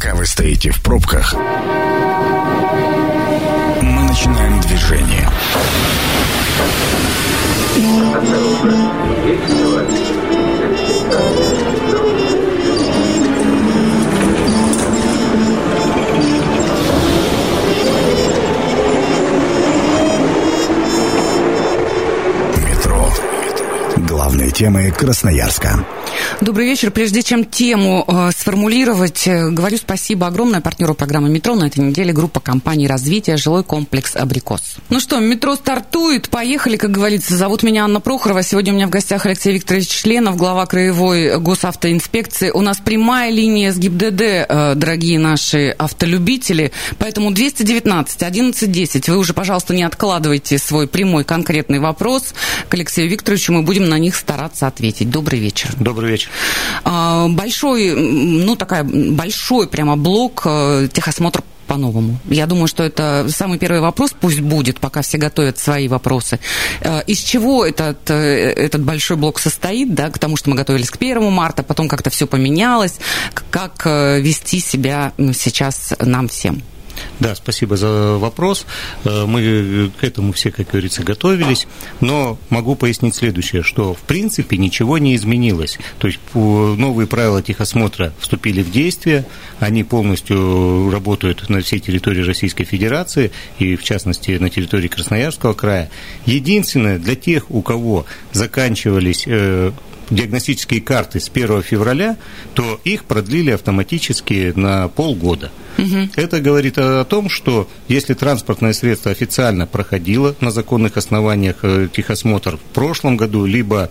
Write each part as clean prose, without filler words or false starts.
Пока вы стоите в пробках, мы начинаем движение. Метро. Главные темы Красноярска. Добрый вечер. Прежде чем тему сформулировать, говорю спасибо огромное партнеру программы «Метро» на этой неделе, группа компаний развития «Жилой комплекс Абрикос». Ну что, метро стартует, поехали, как говорится. Зовут меня Анна Прохорова. Сегодня у меня в гостях Алексей Викторович Членов, глава краевой госавтоинспекции. У нас прямая линия с ГИБДД, дорогие наши автолюбители. Поэтому 219-11-10. Вы уже, пожалуйста, не откладывайте свой прямой конкретный вопрос к Алексею Викторовичу. Мы будем на них стараться ответить. Добрый вечер. Добрый вечер. Большой прямо блок техосмотр по-новому. Я думаю, что это самый первый вопрос, пусть будет, пока все готовят свои вопросы. Из чего этот большой блок состоит, да, к тому, что мы готовились к 1 марта, потом как-то все поменялось, как вести себя сейчас нам всем? Да, спасибо за вопрос. Мы к этому все, как говорится, готовились, но могу пояснить следующее, что в принципе ничего не изменилось. То есть новые правила техосмотра вступили в действие, они полностью работают на всей территории Российской Федерации и, в частности, на территории Красноярского края. Единственное, для тех, у кого заканчивались диагностические карты с 1 февраля, то их продлили автоматически на полгода. Это говорит о том, что если транспортное средство официально проходило на законных основаниях техосмотр в прошлом году, либо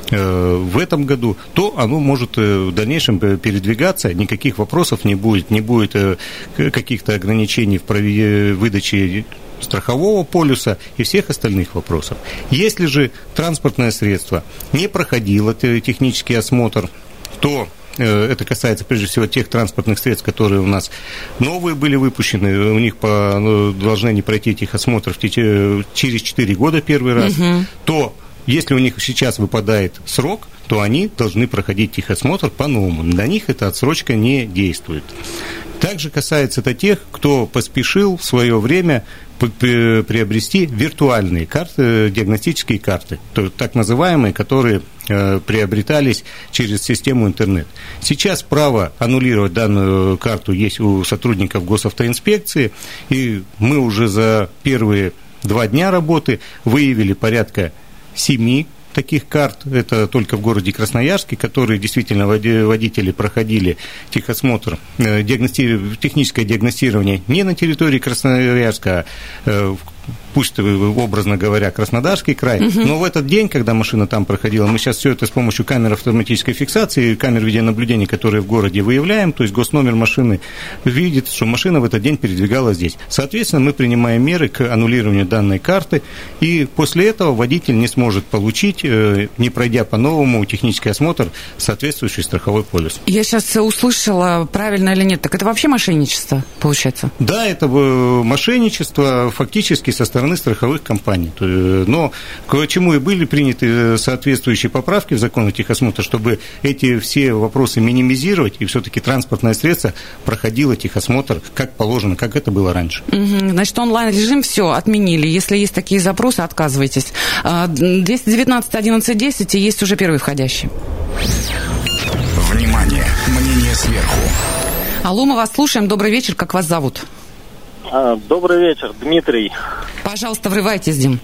в этом году, то оно может в дальнейшем передвигаться, никаких вопросов не будет каких-то ограничений в выдаче страхового полюса и всех остальных вопросов. Если же транспортное средство не проходило технический осмотр, то это касается прежде всего тех транспортных средств, которые у нас новые были выпущены, у них должны они пройти техосмотр через 4 года первый раз, то если у них сейчас выпадает срок, то они должны проходить техосмотр по-новому. Для них эта отсрочка не действует. Также касается это тех, кто поспешил в свое время приобрести виртуальные карты, диагностические карты, так называемые, которые приобретались через систему интернет. Сейчас право аннулировать данную карту есть у сотрудников госавтоинспекции, и мы уже за первые 2 дня работы выявили порядка 7 таких карт, это только в городе Красноярске, которые действительно водители проходили техосмотр, техническое диагностирование не на территории Красноярска, а пусть, образно говоря, Краснодарский край, но в этот день, когда машина там проходила, мы сейчас все это с помощью камер автоматической фиксации, камер видеонаблюдения, которые в городе выявляем, то есть госномер машины видит, что машина в этот день передвигалась здесь. Соответственно, мы принимаем меры к аннулированию данной карты, и после этого водитель не сможет получить, не пройдя по-новому технический осмотр, соответствующий страховой полис. Я сейчас услышала, правильно или нет, так это вообще мошенничество, получается? Да, это мошенничество фактически со стороны страховых компаний. Но к чему и были приняты соответствующие поправки в закон о техосмотре, чтобы эти все вопросы минимизировать, и все-таки транспортное средство проходило техосмотр как положено, как это было раньше. Значит, онлайн-режим все отменили. Если есть такие запросы, отказывайтесь. 219-11-10, и есть уже первый входящий. Внимание! Мнение сверху. Алло, мы вас слушаем. Добрый вечер. Как вас зовут? Добрый вечер, Дмитрий. Пожалуйста, врывайтесь, Дим.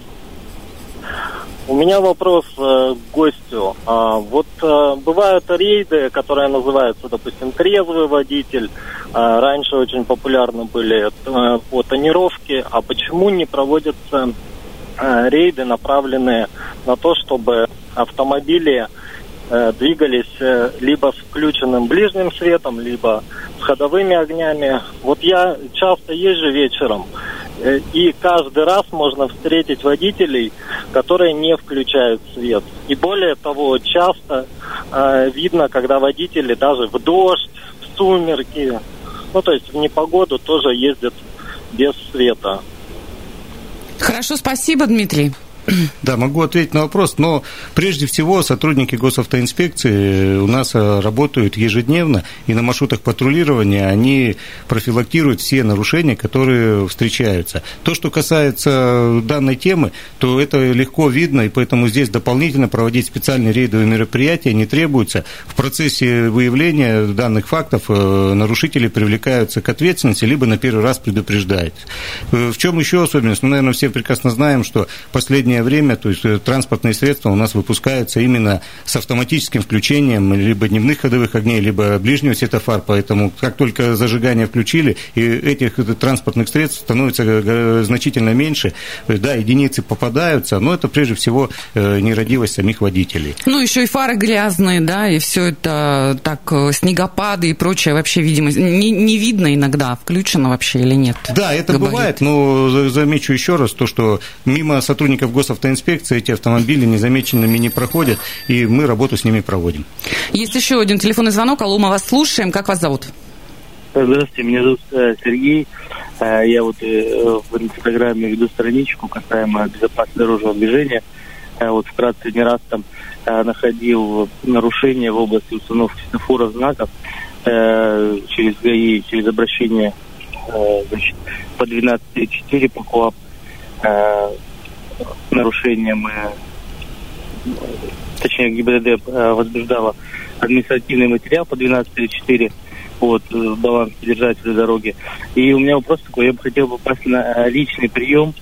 У меня вопрос к гостю. Бывают рейды, которые называются, допустим, трезвый водитель. Раньше очень популярны были по тонировке. А почему не проводятся рейды, направленные на то, чтобы автомобили двигались либо с включенным ближним светом, либо с ходовыми огнями? Вот я часто езжу вечером, и каждый раз можно встретить водителей, которые не включают свет. И более того, часто видно, когда водители даже в дождь, в сумерки, то есть в непогоду тоже ездят без света. Хорошо, спасибо, Дмитрий. Да, могу ответить на вопрос, но прежде всего сотрудники госавтоинспекции у нас работают ежедневно, и на маршрутах патрулирования они профилактируют все нарушения, которые встречаются. То, что касается данной темы, то это легко видно, и поэтому здесь дополнительно проводить специальные рейдовые мероприятия не требуется. В процессе выявления данных фактов нарушители привлекаются к ответственности, либо на первый раз предупреждают. В чем еще особенность? Ну, наверное, все прекрасно знаем, что последнее время, то есть транспортные средства у нас выпускаются именно с автоматическим включением либо дневных ходовых огней, либо ближнего светофара, поэтому как только зажигание включили, и этих транспортных средств становится значительно меньше, да, единицы попадаются, но это прежде всего нерадивость самих водителей. Ну, еще и фары грязные, да, и все это так, снегопады и прочее, вообще, видимо, не видно иногда, включено вообще или нет. Да, это габарит. Бывает, но замечу еще раз то, что мимо сотрудников госавтоинспекции эти автомобили незамеченными не проходят, и мы работу с ними проводим. Есть еще один телефонный звонок. Алло, мы вас слушаем. Как вас зовут? Здравствуйте, меня зовут Сергей. Я вот в Инстаграме веду страничку касаемо безопасности дорожного движения. Вот вкратце не раз там находил нарушения в области установки светофоров, знаков через ГАИ, через обращение значит, по 12.4 по КоАП. Нарушением, точнее ГИБДД возбуждала административный материал по 12.4 от баланса держателя дороги. И у меня вопрос такой, я бы хотел попасть на личный прием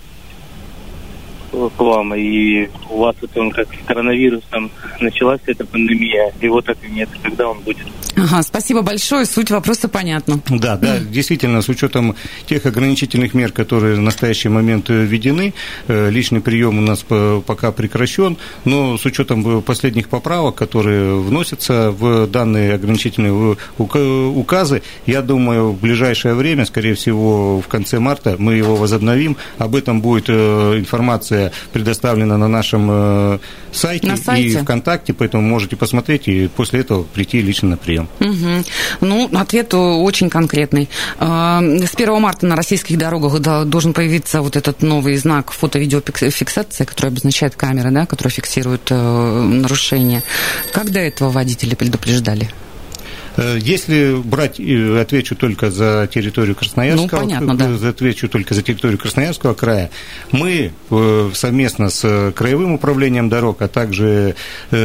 к вам, и у вас вот он как с коронавирусом началась эта пандемия, его так и нет, когда он будет? Ага, спасибо большое, суть вопроса понятна. Да, действительно, с учетом тех ограничительных мер, которые в настоящий момент введены, личный прием у нас пока прекращен, но с учетом последних поправок, которые вносятся в данные ограничительные указы, я думаю, в ближайшее время, скорее всего, в конце марта мы его возобновим, об этом будет информация предоставлена на нашем сайте и ВКонтакте, поэтому можете посмотреть и после этого прийти лично на прием. Угу. Ну, ответ очень конкретный. С 1 марта на российских дорогах должен появиться вот этот новый знак фото-видеофиксации, который обозначает камеры, да, которые фиксируют нарушения. Как до этого водители предупреждали? Если брать, отвечу только за территорию Красноярского, отвечу только за территорию Красноярского края, мы совместно с Краевым управлением дорог, а также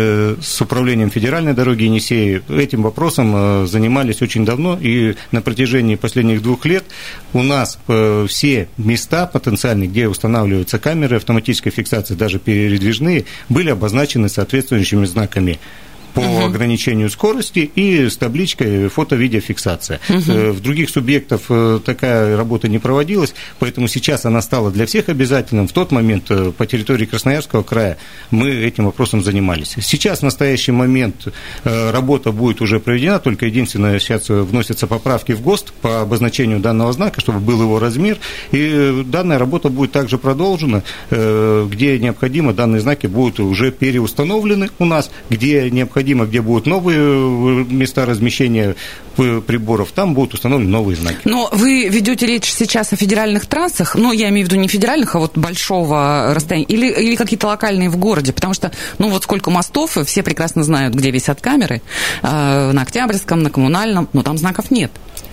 с управлением федеральной дороги Енисея этим вопросом занимались очень давно, и на протяжении последних 2 лет у нас все места потенциальные, где устанавливаются камеры автоматической фиксации, даже передвижные, были обозначены соответствующими знаками по ограничению скорости и с табличкой фото-видеофиксация. В других субъектов такая работа не проводилась, поэтому сейчас она стала для всех обязательным. В тот момент по территории Красноярского края мы этим вопросом занимались. Сейчас, в настоящий момент, работа будет уже проведена, только единственное, сейчас вносятся поправки в ГОСТ по обозначению данного знака, чтобы был его размер, и данная работа будет также продолжена, где необходимо, данные знаки будут уже переустановлены у нас, где необходимо, где будут новые места размещения приборов, там будут установлены новые знаки. Но вы ведете речь сейчас о федеральных трассах, ну, я имею в виду не федеральных, а вот большого расстояния, или какие-то локальные в городе, потому что, ну, вот сколько мостов, все прекрасно знают, где висят камеры, на Октябрьском, на Коммунальном, но там знаков нет.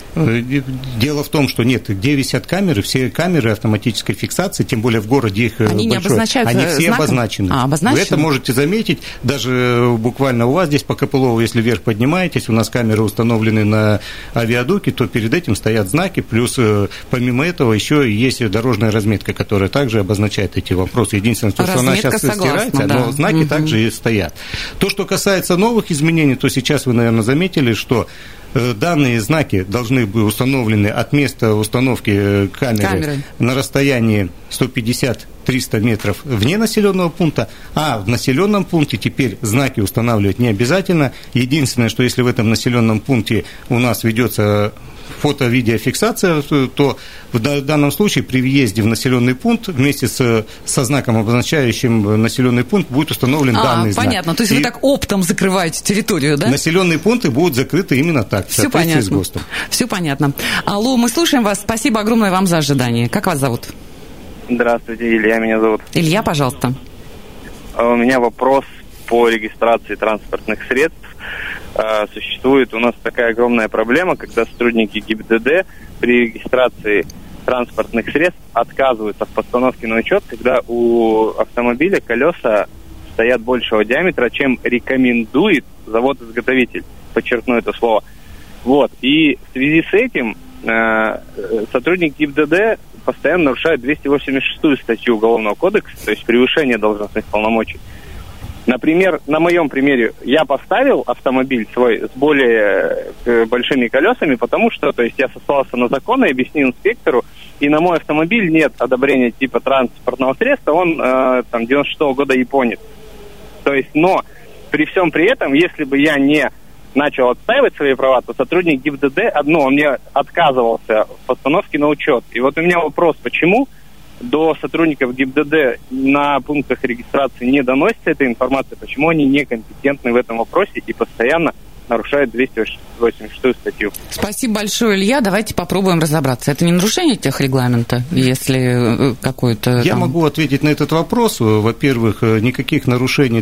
Дело в том, что нет, где висят камеры, все камеры автоматической фиксации, тем более в городе их они большое, не обозначаются они все знаком? обозначены. Обозначены? Вы это можете заметить, даже буквально у вас здесь по Копылову, если вверх поднимаетесь, у нас камеры установлены на авиадуке, то перед этим стоят знаки, плюс помимо этого еще есть дорожная разметка, которая также обозначает эти вопросы. Единственное, что она сейчас стирается, но знаки также и стоят. То, что касается новых изменений, то сейчас вы, наверное, заметили, что данные знаки должны быть установлены от места установки камеры на расстоянии 150-300 метров вне населенного пункта, а в населенном пункте теперь знаки устанавливать не обязательно. Единственное, что если в этом населенном пункте у нас ведется фото-видеофиксация, то в данном случае при въезде в населенный пункт вместе со знаком, обозначающим населенный пункт, будет установлен данный знак. Понятно, то есть вы так оптом закрываете территорию, да? Населенные пункты будут закрыты именно так, в соответствии с ГОСТом. Все понятно. Алло, мы слушаем вас. Спасибо огромное вам за ожидание. Как вас зовут? Здравствуйте, Илья меня зовут. Илья, пожалуйста. у меня вопрос по регистрации транспортных средств. Существует у нас такая огромная проблема, когда сотрудники ГИБДД при регистрации транспортных средств отказываются в постановке на учет, когда у автомобиля колеса стоят большего диаметра, чем рекомендует завод-изготовитель. Подчеркну это слово. Вот. И в связи с этим сотрудники ГИБДД постоянно нарушают 286-ю статью Уголовного кодекса, то есть превышение должностных полномочий. Например, на моем примере, я поставил автомобиль свой с более большими колесами, потому что, то есть я сослался на закон и объяснил инспектору, и на мой автомобиль нет одобрения типа транспортного средства, он там 96-го года японец. То есть, но при всем при этом, если бы я не начал отстаивать свои права, то сотрудник ГИБДД, он мне отказывался в постановке на учет. И вот у меня вопрос, почему до сотрудников ГИБДД на пунктах регистрации не доносится эта информация, почему они некомпетентны в этом вопросе и постоянно нарушают 286 статью. Спасибо большое, Илья. Давайте попробуем разобраться. Это не нарушение техрегламента, если какое-то... Я могу ответить на этот вопрос. Во-первых, никаких нарушений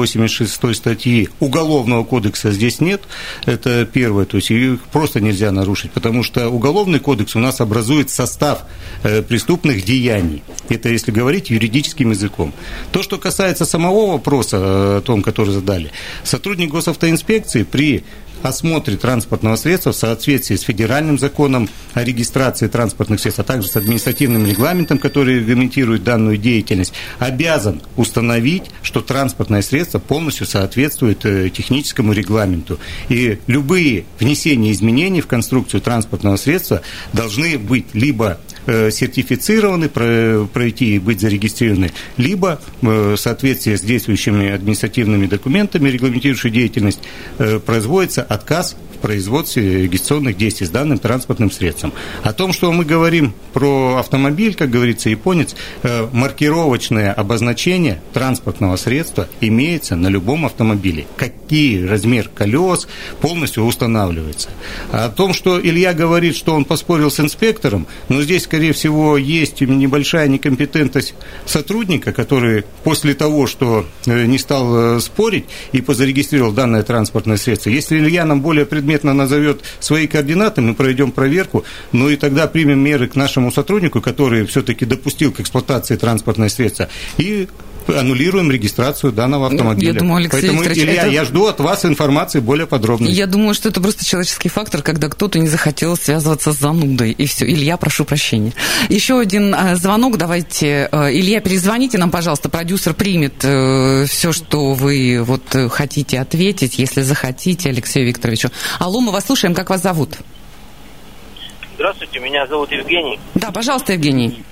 286 статьи Уголовного кодекса здесь нет. Это первое. То есть их просто нельзя нарушить, потому что Уголовный кодекс у нас образует состав преступных деяний. Это если говорить юридическим языком. То, что касается самого вопроса, о том, который задали, сотрудник госавтоинспекции при осмотре транспортного средства в соответствии с федеральным законом о регистрации транспортных средств, а также с административным регламентом, который регламентирует данную деятельность, обязан установить, что транспортное средство полностью соответствует техническому регламенту. И любые внесения изменений в конструкцию транспортного средства должны быть либо сертифицированы, пройти и быть зарегистрированы, либо в соответствии с действующими административными документами, регламентирующими деятельность, производится отказ в производстве регистрационных действий с данным транспортным средством. О том, что мы говорим про автомобиль, как говорится, японец, маркировочное обозначение транспортного средства имеется на любом автомобиле. Какой размер колес полностью устанавливается. О том, что Илья говорит, что он поспорил с инспектором, но здесь, скорее всего, есть небольшая некомпетентность сотрудника, который после того, что не стал спорить и позарегистрировал данное транспортное средство, если Илья нам более предметно назовет свои координаты, мы проведем проверку, ну и тогда примем меры к нашему сотруднику, который все-таки допустил к эксплуатации транспортное средство, и аннулируем регистрацию данного автомобиля. Я думаю, Алексей Поэтому, Викторович, Илья, я жду от вас информации более подробной. Я думаю, что это просто человеческий фактор, когда кто-то не захотел связываться с занудой. И все. Илья, прошу прощения. Еще один звонок. Давайте. Илья, перезвоните нам, пожалуйста. Продюсер примет все, что вы вот хотите ответить, если захотите, Алексею Викторовичу. Алло, мы вас слушаем. Как вас зовут? Здравствуйте, меня зовут Евгений. Да, пожалуйста, Евгений.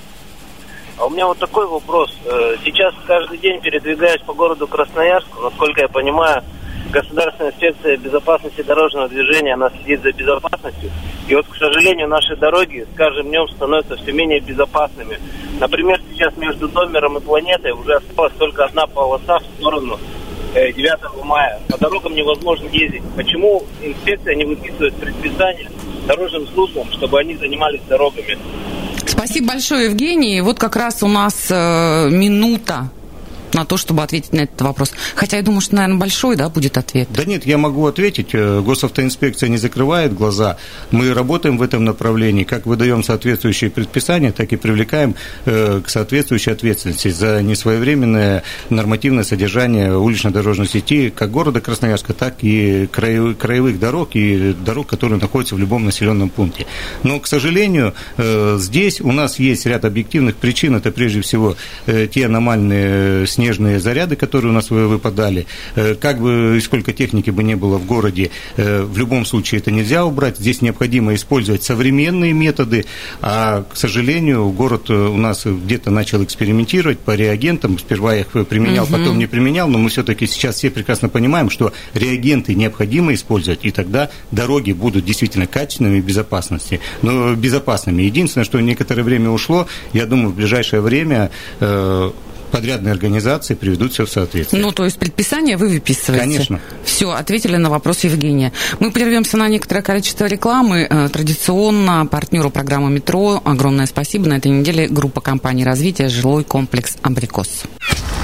А у меня вот такой вопрос. Сейчас каждый день передвигаюсь по городу Красноярску. Насколько я понимаю, Государственная инспекция безопасности дорожного движения, она следит за безопасностью. И вот, к сожалению, наши дороги с каждым днем становятся все менее безопасными. Например, сейчас между Домером и Планетой уже осталась только одна полоса в сторону 9 мая. По дорогам невозможно ездить. Почему инспекция не выписывает предписания дорожным службам, чтобы они занимались дорогами? Спасибо большое, Евгений. Вот как раз у нас минута на то, чтобы ответить на этот вопрос. Хотя я думаю, что, наверное, большой, да, будет ответ. Да нет, я могу ответить. Госавтоинспекция не закрывает глаза. Мы работаем в этом направлении. Как выдаем соответствующие предписания, так и привлекаем к соответствующей ответственности за несвоевременное нормативное содержание улично-дорожной сети как города Красноярска, так и краевых дорог и дорог, которые находятся в любом населенном пункте. Но, к сожалению, здесь у нас есть ряд объективных причин. Это прежде всего те аномальные снежные заряды, которые у нас выпадали. Как бы и сколько техники бы не было в городе, в любом случае это нельзя убрать. Здесь необходимо использовать современные методы, а, к сожалению, город у нас где-то начал экспериментировать по реагентам. Сперва я их применял, потом не применял, но мы все-таки сейчас все прекрасно понимаем, что реагенты необходимо использовать, и тогда дороги будут действительно качественными и безопасными. Единственное, что некоторое время ушло, я думаю, в ближайшее время подрядные организации приведут все в соответствие. Ну, то есть предписание вы выписываете? Конечно. Все, ответили на вопрос Евгения. Мы прервемся на некоторое количество рекламы. Традиционно партнеру программы «Метро» огромное спасибо. На этой неделе группа компаний развития «Жилой комплекс Абрикос».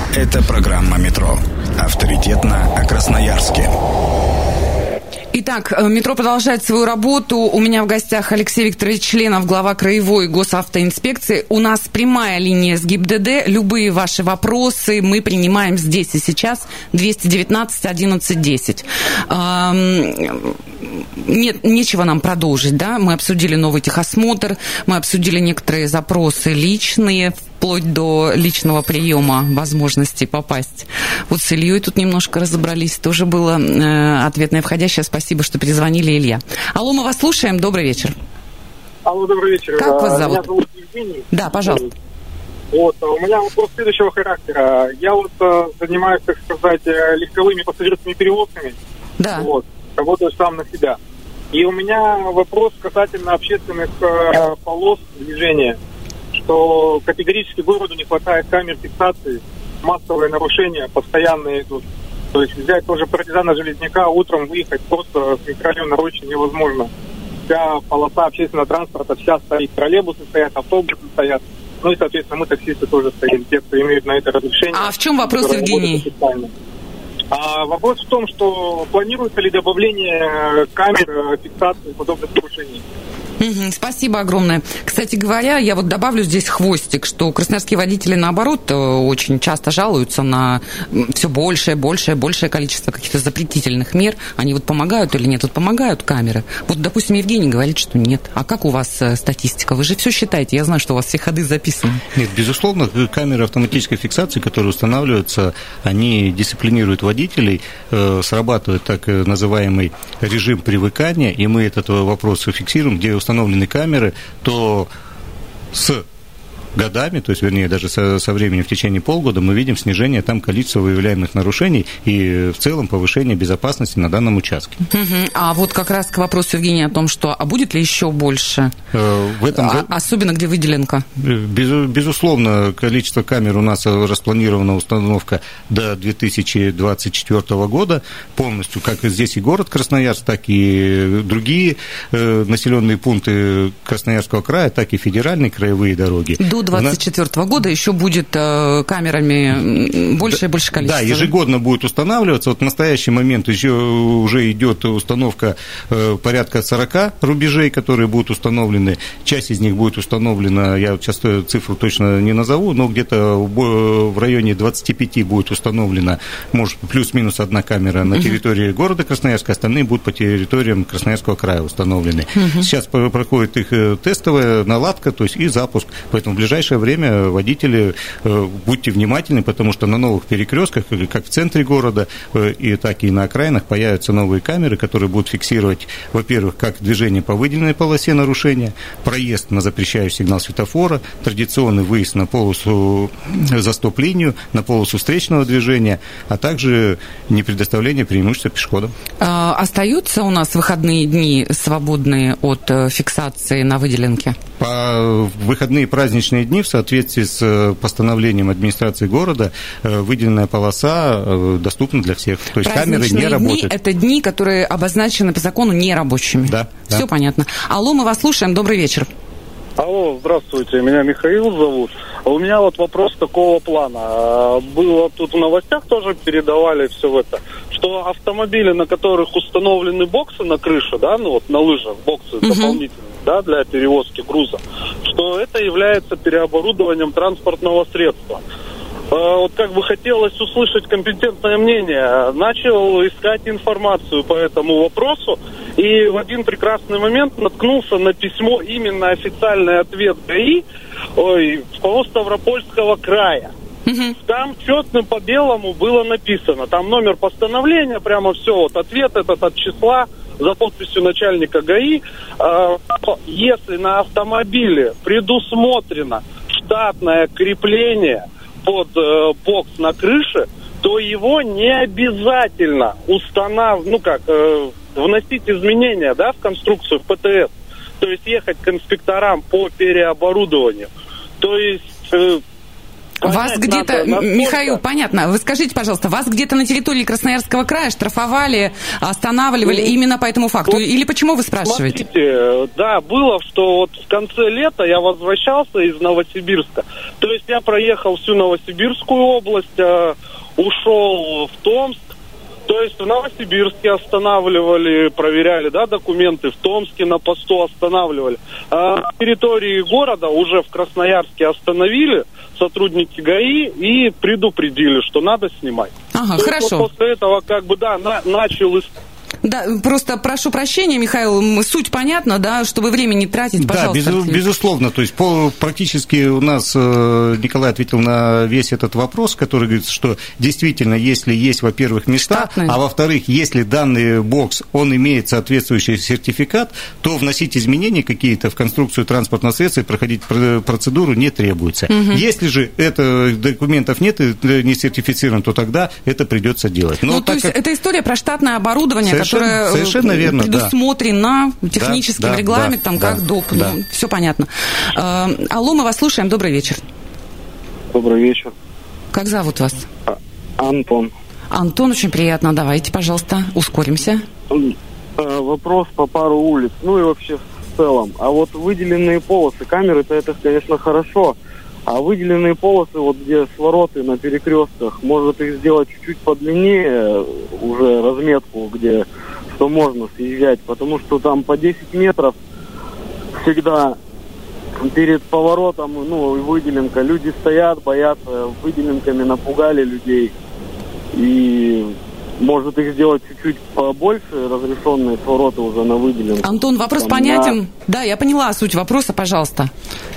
Это программа «Метро». Авторитетно о Красноярске. Итак, метро продолжает свою работу. У меня в гостях Алексей Викторович Членов, глава краевой госавтоинспекции. У нас прямая линия с ГИБДД. Любые ваши вопросы мы принимаем здесь и сейчас. 219 11 10. Нет, нечего нам продолжить, да? Мы обсудили новый техосмотр, мы обсудили некоторые запросы личные, вплоть до личного приема возможности попасть. Вот с Ильей тут немножко разобрались. Тоже было ответное входящее. Спасибо, что перезвонили, Илья. Алло, мы вас слушаем. Добрый вечер. Алло, добрый вечер. Как вас зовут? Меня зовут Евгений. Да, пожалуйста. Вот, у меня вопрос следующего характера. Я вот занимаюсь, так сказать, легковыми пассажирскими перевозками. Да. Вот, работаю сам на себя. И у меня вопрос касательно общественных полос движения, что категорически городу не хватает камер фиксации, массовые нарушения постоянно идут. То есть взять тоже партизана Железняка, утром выехать просто с микрорайона очень невозможно. Вся полоса общественного транспорта, вся стоит, троллейбусы стоят, автобусы стоят. Ну и, соответственно, мы, таксисты, тоже стоим, те, кто имеют на это разрешение. А в чем вопрос, Евгений? Вопрос в том, что планируется ли добавление камер фиксации подобных нарушений? Спасибо огромное. Кстати говоря, я вот добавлю здесь хвостик, что красноярские водители, наоборот, очень часто жалуются на все большее количество каких-то запретительных мер. Они вот помогают или нет? Вот помогают камеры. Вот, допустим, Евгений говорит, что нет. А как у вас статистика? Вы же все считаете. Я знаю, что у вас все ходы записаны. Нет, безусловно, камеры автоматической фиксации, которые устанавливаются, они дисциплинируют водителей, срабатывает так называемый режим привыкания, и мы этот вопрос фиксируем, где установлены камеры, то с годами, то есть, вернее, даже со временем в течение полгода мы видим снижение там количества выявляемых нарушений и в целом повышение безопасности на данном участке. А вот как раз к вопросу Евгения о том, что будет ли еще больше, особенно где выделенка? Безусловно, количество камер у нас распланирована установка до 2024 года полностью, как здесь и город Красноярск, так и другие населенные пункты Красноярского края, так и федеральные краевые дороги. До 2024 года еще будет камерами больше и больше количества. Да, ежегодно будет устанавливаться. Вот в настоящий момент еще уже идет установка порядка 40 рубежей, которые будут установлены. Часть из них будет установлена, я сейчас цифру точно не назову, но где-то в районе 25 будет установлена, может, плюс-минус одна камера на территории города Красноярска, остальные будут по территориям Красноярского края установлены. Сейчас проходит их тестовая наладка, то есть и запуск. Поэтому в ближайшее время водители, будьте внимательны, потому что на новых перекрестках, как в центре города, так и на окраинах, появятся новые камеры, которые будут фиксировать, во-первых, как движение по выделенной полосе нарушения, проезд на запрещающий сигнал светофора, традиционный выезд на полосу за стоп-линию, на полосу встречного движения, а также не предоставление преимущества пешеходам. Остаются у нас выходные дни свободные от фиксации на выделенке? По выходные праздничные дни в соответствии с постановлением администрации города выделенная полоса доступна для всех. То есть камеры не работают. Дни – это дни, которые обозначены по закону нерабочими. Да. Все понятно. Алло, мы вас слушаем. Добрый вечер. Алло, здравствуйте, меня Михаил зовут. У меня вот вопрос такого плана. Было тут в новостях тоже передавали все это, что автомобили, на которых установлены боксы на крыше, да, ну вот на лыжах боксы дополнительные, да, для перевозки груза, что это является переоборудованием транспортного средства. Вот как бы хотелось услышать компетентное мнение. Начал искать информацию по этому вопросу и в один прекрасный момент наткнулся на письмо, именно официальный ответ ГАИ по Ставропольского края. Там четным по белому было написано, там номер постановления, прямо все, вот ответ этот от числа за подписью начальника ГАИ. Если на автомобиле предусмотрено штатное крепление под бокс на крыше, то его не обязательно вносить изменения, да, в конструкцию, в ПТС. То есть ехать к инспекторам по переоборудованию. То есть Вас где-то, Михаил, понятно. Вы скажите, пожалуйста, вас где-то на территории Красноярского края штрафовали, останавливали именно по этому факту? Вот, или почему вы спрашиваете? Смотрите, да, было, что вот в конце лета я возвращался из Новосибирска. То есть я проехал всю Новосибирскую область, ушел в Томск. То есть в Новосибирске останавливали, проверяли, да, документы, в Томске на посту останавливали. А на территории города уже в Красноярске остановили сотрудники ГАИ и предупредили, что надо снимать. Ага, то хорошо. Вот после этого, как бы, да, начал... Да, просто прошу прощения, Михаил, суть понятна, да, чтобы время не тратить, пожалуйста. Да, безусловно, то есть практически у нас Николай ответил на весь этот вопрос, который говорит, что действительно, если есть, во-первых, места, штатные, а во-вторых, если данный бокс, он имеет соответствующий сертификат, то вносить изменения какие-то в конструкцию транспортного средства и проходить процедуру не требуется. Угу. Если же документов нет и не сертифицирован, то тогда это придется делать. Но то есть это история про штатное оборудование, которое верно, предусмотрено техническим регламентом, как доп. Да. Ну, все понятно. Алло, мы вас слушаем. Добрый вечер. Добрый вечер. Как зовут вас? Антон. Антон, очень приятно. Давайте, пожалуйста, ускоримся. Вопрос по пару улиц, ну и вообще в целом. А вот выделенные полосы, камеры-то это, конечно, хорошо. А выделенные полосы, вот где свороты на перекрестках, может их сделать чуть-чуть подлиннее, уже разметку, где что можно съезжать, потому что там по 10 метров всегда перед поворотом, ну, выделенка. Люди стоят, боятся, выделенками напугали людей. И может их сделать чуть-чуть побольше, разрешенные свороты уже на выделенку. Антон, вопрос там понятен? Да, я поняла суть вопроса, пожалуйста.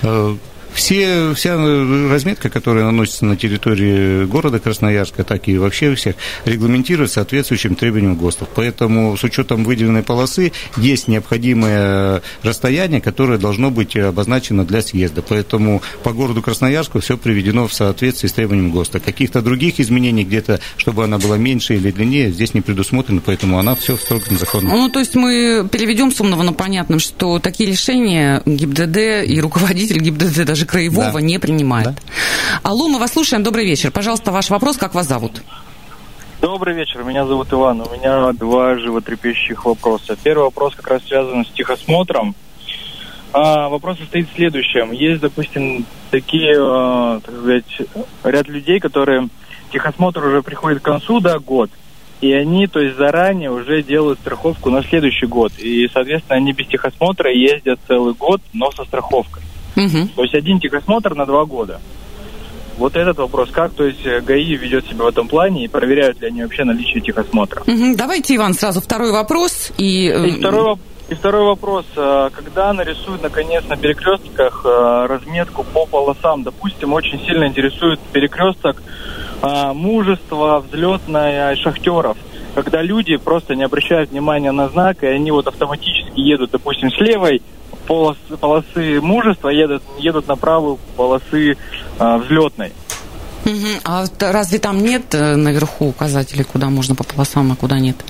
Вся разметка, которая наносится на территории города Красноярска, так и вообще у всех, регламентируется соответствующим требованиям ГОСТов. Поэтому с учетом выделенной полосы есть необходимое расстояние, которое должно быть обозначено для съезда. Поэтому по городу Красноярску все приведено в соответствии с требованием ГОСТа. Каких-то других изменений где-то, чтобы она была меньше или длиннее, здесь не предусмотрено, поэтому она все строго законно. Ну, то есть мы переведем с умного на понятным, что такие решения ГИБДД и руководитель ГИБДД даже краевого не принимает. Да. Алло, мы вас слушаем. Добрый вечер. Пожалуйста, ваш вопрос. Как вас зовут? Добрый вечер. Меня зовут Иван. У меня два животрепещущих вопроса. Первый вопрос как раз связан с техосмотром. Вопрос состоит в следующем. Есть, допустим, такие, так сказать, ряд людей, которые техосмотр уже приходит к концу, да, год, и они, то есть, заранее уже делают страховку на следующий год. И, соответственно, они без техосмотра ездят целый год, но со страховкой. Угу. То есть один техосмотр на 2 года. Вот этот вопрос, как, то есть ГАИ ведет себя в этом плане и проверяют ли они вообще наличие техосмотра. Угу. Давайте, Иван, сразу второй вопрос. И второй вопрос. Когда нарисуют, наконец, на перекрестках разметку по полосам, допустим, очень сильно интересует перекресток Мужества, Взлетная, Шахтеров, когда люди просто не обращают внимания на знак, и они вот автоматически едут, допустим, с левой полосы Мужества, едут на правую полосы Взлетной. Угу. А разве там нет наверху указателей, куда можно по полосам, а куда нет?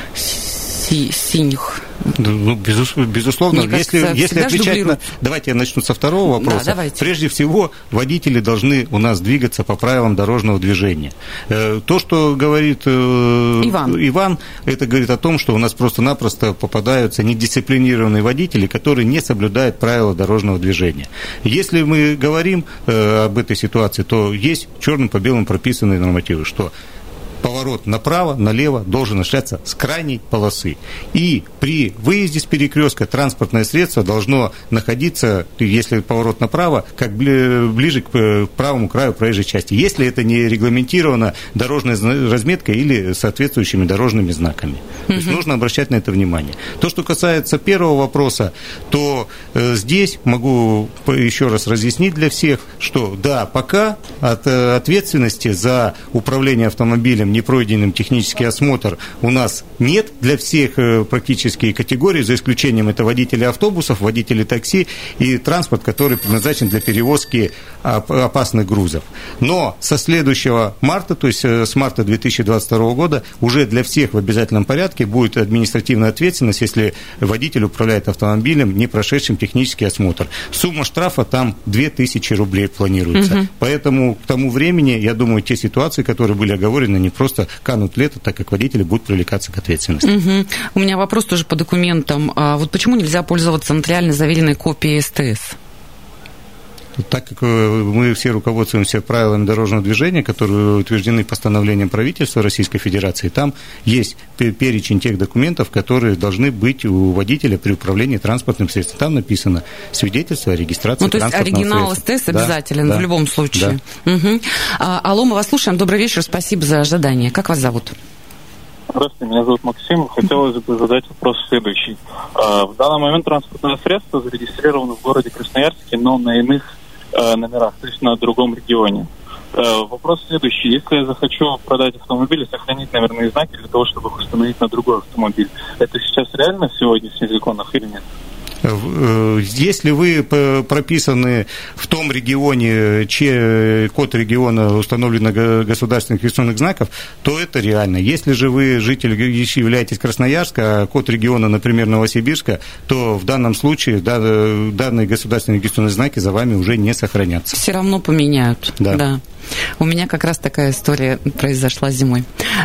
Синих. Ну, безусловно, если отвечать давайте я начну со второго вопроса. Да, прежде всего, водители должны у нас двигаться по правилам дорожного движения. То, что говорит Иван, это говорит о том, что у нас просто-напросто попадаются недисциплинированные водители, которые не соблюдают правила дорожного движения. Если мы говорим об этой ситуации, то есть черным по белому прописанные нормативы, что поворот направо, налево должен осуществляться с крайней полосы. И при выезде с перекрестка транспортное средство должно находиться, если поворот направо, как ближе к правому краю проезжей части, если это не регламентировано дорожной разметкой или соответствующими дорожными знаками. То есть нужно обращать на это внимание. То, что касается первого вопроса, то здесь могу еще раз разъяснить для всех, что да, пока от ответственности за управление автомобилем автомобилем, не пройденным технический осмотр, у нас нет для всех практически категорий, за исключением это водители автобусов, водители такси и транспорт, который предназначен для перевозки опасных грузов. Но со следующего марта, то есть с марта 2022 года, уже для всех в обязательном порядке будет административная ответственность, если водитель управляет автомобилем, не прошедшим технический осмотр. Сумма штрафа там 2000 рублей планируется. Поэтому к тому времени, я думаю, те ситуации, которые были оговорены, не просто канут в лето, так как водители будут привлекаться к ответственности. У меня вопрос тоже по документам. Вот почему нельзя пользоваться нотариально заверенной копией СТС? Так как мы все руководствуемся правилами дорожного движения, которые утверждены постановлением правительства Российской Федерации, там есть перечень тех документов, которые должны быть у водителя при управлении транспортным средством. Там написано свидетельство о регистрации транспортного средства. То есть оригинал СТС обязателен в любом случае. Алло, мы вас слушаем. Добрый вечер, спасибо за ожидание. Как вас зовут? Здравствуйте, меня зовут Максим. Хотелось бы задать вопрос следующий. В данный момент транспортное средство зарегистрировано в городе Красноярске, но на иных номерах, то есть на другом регионе. Вопрос следующий. Если я захочу продать автомобиль и сохранить номерные знаки для того, чтобы их установить на другой автомобиль, это сейчас реально в сегодняшних законах или нет? Если вы прописаны в том регионе, чей код региона установлен на государственных регистрационных знаков, то это реально. Если же вы житель, являетесь Красноярска, а код региона, например, Новосибирска, то в данном случае данные государственные регистрационные знаки за вами уже не сохранятся. Все равно поменяют. Да. У меня как раз такая история произошла зимой.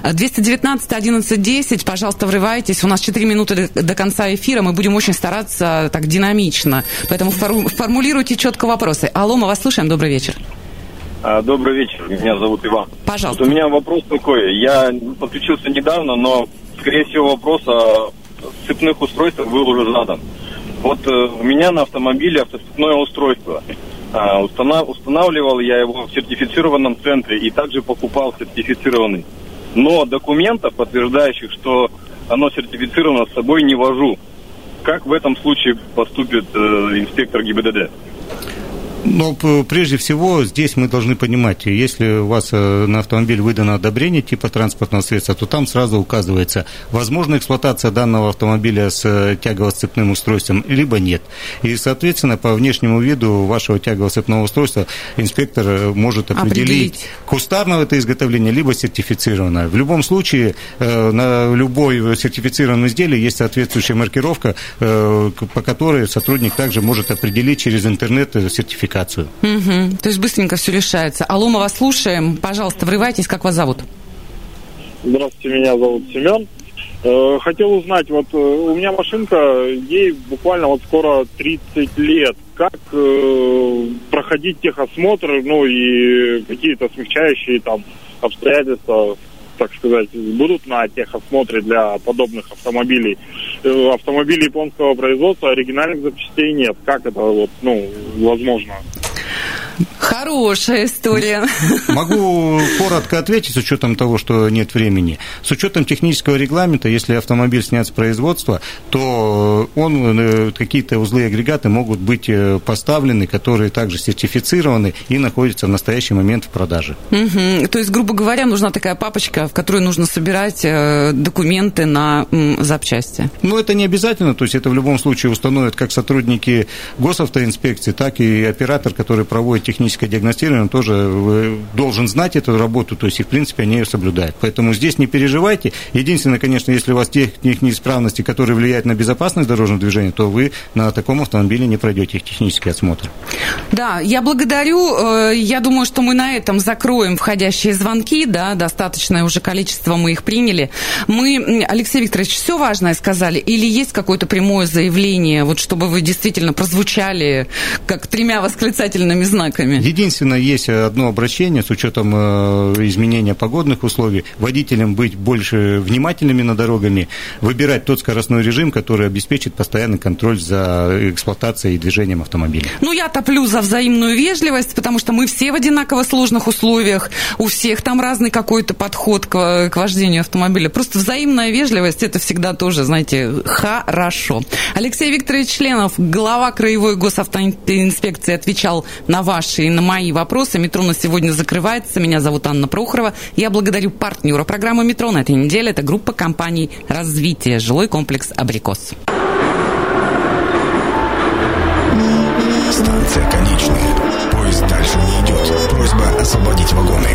219-11-10, пожалуйста, врывайтесь. У нас 4 минуты до конца эфира. Мы будем очень стараться так динамично. Поэтому формулируйте четко вопросы. Алло, мы вас слушаем. Добрый вечер. Добрый вечер. Меня зовут Иван. Пожалуйста. Вот у меня вопрос такой. Я подключился недавно, но, скорее всего, вопрос о сцепных устройствах был уже задан. Вот у меня на автомобиле автосцепное устройство. Устанавливал я его в сертифицированном центре и также покупал сертифицированный. Но документов, подтверждающих, что оно сертифицировано, с собой не вожу. Как в этом случае поступит инспектор ГИБДД? Но прежде всего здесь мы должны понимать, если у вас на автомобиль выдано одобрение типа транспортного средства, то там сразу указывается, возможна эксплуатация данного автомобиля с тягово-сцепным устройством, либо нет. И, соответственно, по внешнему виду вашего тягово-сцепного устройства инспектор может определить, кустарное это изготовление, либо сертифицированное. В любом случае, на любой сертифицированном изделии есть соответствующая маркировка, по которой сотрудник также может определить через интернет сертификацию. То есть быстренько все решается. Алло, мы вас слушаем. Пожалуйста, врывайтесь. Как вас зовут? Здравствуйте, меня зовут Семен. Хотел узнать, вот у меня машинка, ей буквально вот скоро 30 лет. Как проходить техосмотр, ну и какие-то смягчающие там обстоятельства, так сказать, будут на техосмотре для подобных автомобилей. Автомобили японского производства, оригинальных запчастей нет. Как это вот, возможно? Хорошая история. Могу коротко ответить с учетом того, что нет времени. С учетом технического регламента, если автомобиль снят с производства, то какие-то узлы и агрегаты могут быть поставлены, которые также сертифицированы и находятся в настоящий момент в продаже. То есть, грубо говоря, нужна такая папочка, в которую нужно собирать документы на запчасти. Это не обязательно, то есть это в любом случае установят как сотрудники госавтоинспекции, так и оператор, который проводит техническое диагностирование, он тоже должен знать эту работу, то есть и в принципе они ее соблюдают. Поэтому здесь не переживайте. Единственное, конечно, если у вас технические неисправности, которые влияют на безопасность дорожного движения, то вы на таком автомобиле не пройдете их технический осмотр. Да, я благодарю. Я думаю, что мы на этом закроем входящие звонки, да, достаточное уже количество мы их приняли. Мы, Алексей Викторович, все важное сказали или есть какое-то прямое заявление, вот чтобы вы действительно прозвучали как 3 восклицательными знаками? Единственное, есть одно обращение с учетом изменения погодных условий. Водителям быть больше внимательными на дорогами, выбирать тот скоростной режим, который обеспечит постоянный контроль за эксплуатацией и движением автомобиля. Я топлю за взаимную вежливость, потому что мы все в одинаково сложных условиях, у всех там разный какой-то подход к вождению автомобиля. Просто взаимная вежливость, это всегда тоже, знаете, хорошо. Алексей Викторович Членов, глава Краевой госавтоинспекции, отвечал на ваши ваши и на мои вопросы. Метро на сегодня закрывается. Меня зовут Анна Прохорова. Я благодарю партнера программы «Метро» на этой неделе. Это группа компаний «Развитие», жилой комплекс «Абрикос». Станция конечная. Поезд дальше не идет. Просьба освободить вагоны.